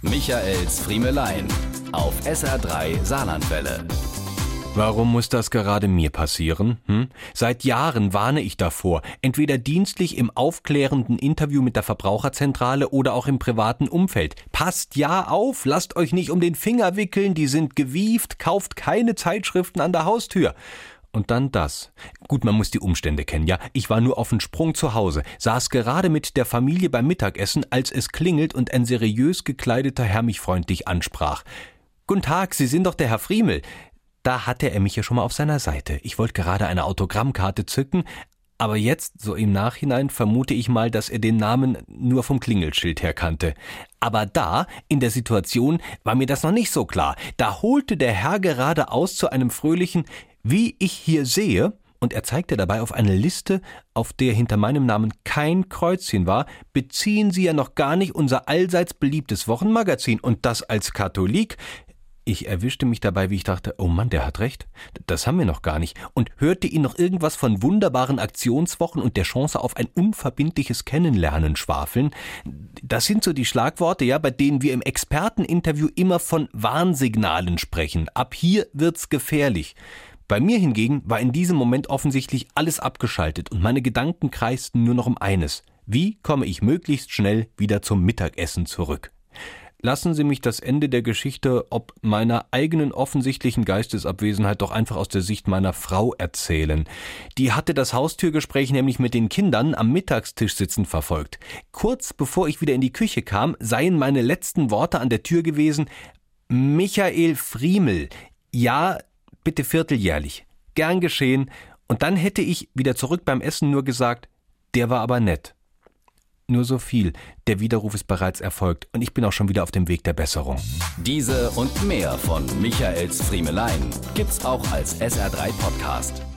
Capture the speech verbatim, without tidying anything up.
Michaels Friemelein auf S R drei Saarlandwelle. Warum muss das gerade mir passieren? Hm? Seit Jahren warne ich davor, entweder dienstlich im aufklärenden Interview mit der Verbraucherzentrale oder auch im privaten Umfeld. Passt ja auf, lasst euch nicht um den Finger wickeln, die sind gewieft, kauft keine Zeitschriften an der Haustür. Und dann das. Gut, man muss die Umstände kennen, ja. Ich war nur auf den Sprung zu Hause, saß gerade mit der Familie beim Mittagessen, als es klingelt und ein seriös gekleideter Herr mich freundlich ansprach. »Guten Tag, Sie sind doch der Herr Friemel.« Da hatte er mich ja schon mal auf seiner Seite. Ich wollte gerade eine Autogrammkarte zücken, aber jetzt, so im Nachhinein, vermute ich mal, dass er den Namen nur vom Klingelschild her kannte. Aber da, in der Situation, war mir das noch nicht so klar. Da holte der Herr gerade aus zu einem fröhlichen »Wie ich hier sehe«, und er zeigte dabei auf eine Liste, auf der hinter meinem Namen kein Kreuzchen war, beziehen Sie ja noch gar nicht unser allseits beliebtes Wochenmagazin und das als Katholik. Ich erwischte mich dabei, wie ich dachte, oh Mann, der hat recht, das haben wir noch gar nicht, und hörte ihn noch irgendwas von wunderbaren Aktionswochen und der Chance auf ein unverbindliches Kennenlernen schwafeln. Das sind so die Schlagworte, ja, bei denen wir im Experteninterview immer von Warnsignalen sprechen. Ab hier wird's gefährlich. Bei mir hingegen war in diesem Moment offensichtlich alles abgeschaltet und meine Gedanken kreisten nur noch um eines. Wie komme ich möglichst schnell wieder zum Mittagessen zurück? Lassen Sie mich das Ende der Geschichte ob meiner eigenen offensichtlichen Geistesabwesenheit doch einfach aus der Sicht meiner Frau erzählen. Die hatte das Haustürgespräch nämlich mit den Kindern am Mittagstisch sitzend verfolgt. Kurz bevor ich wieder in die Küche kam, seien meine letzten Worte an der Tür gewesen: »Michael Friemel, ja, bitte vierteljährlich. Gern geschehen.« Und dann hätte ich wieder zurück beim Essen nur gesagt, der war aber nett. Nur so viel, der Widerruf ist bereits erfolgt und ich bin auch schon wieder auf dem Weg der Besserung. Diese und mehr von Michaels Friemelein gibt's auch als S R drei Podcast.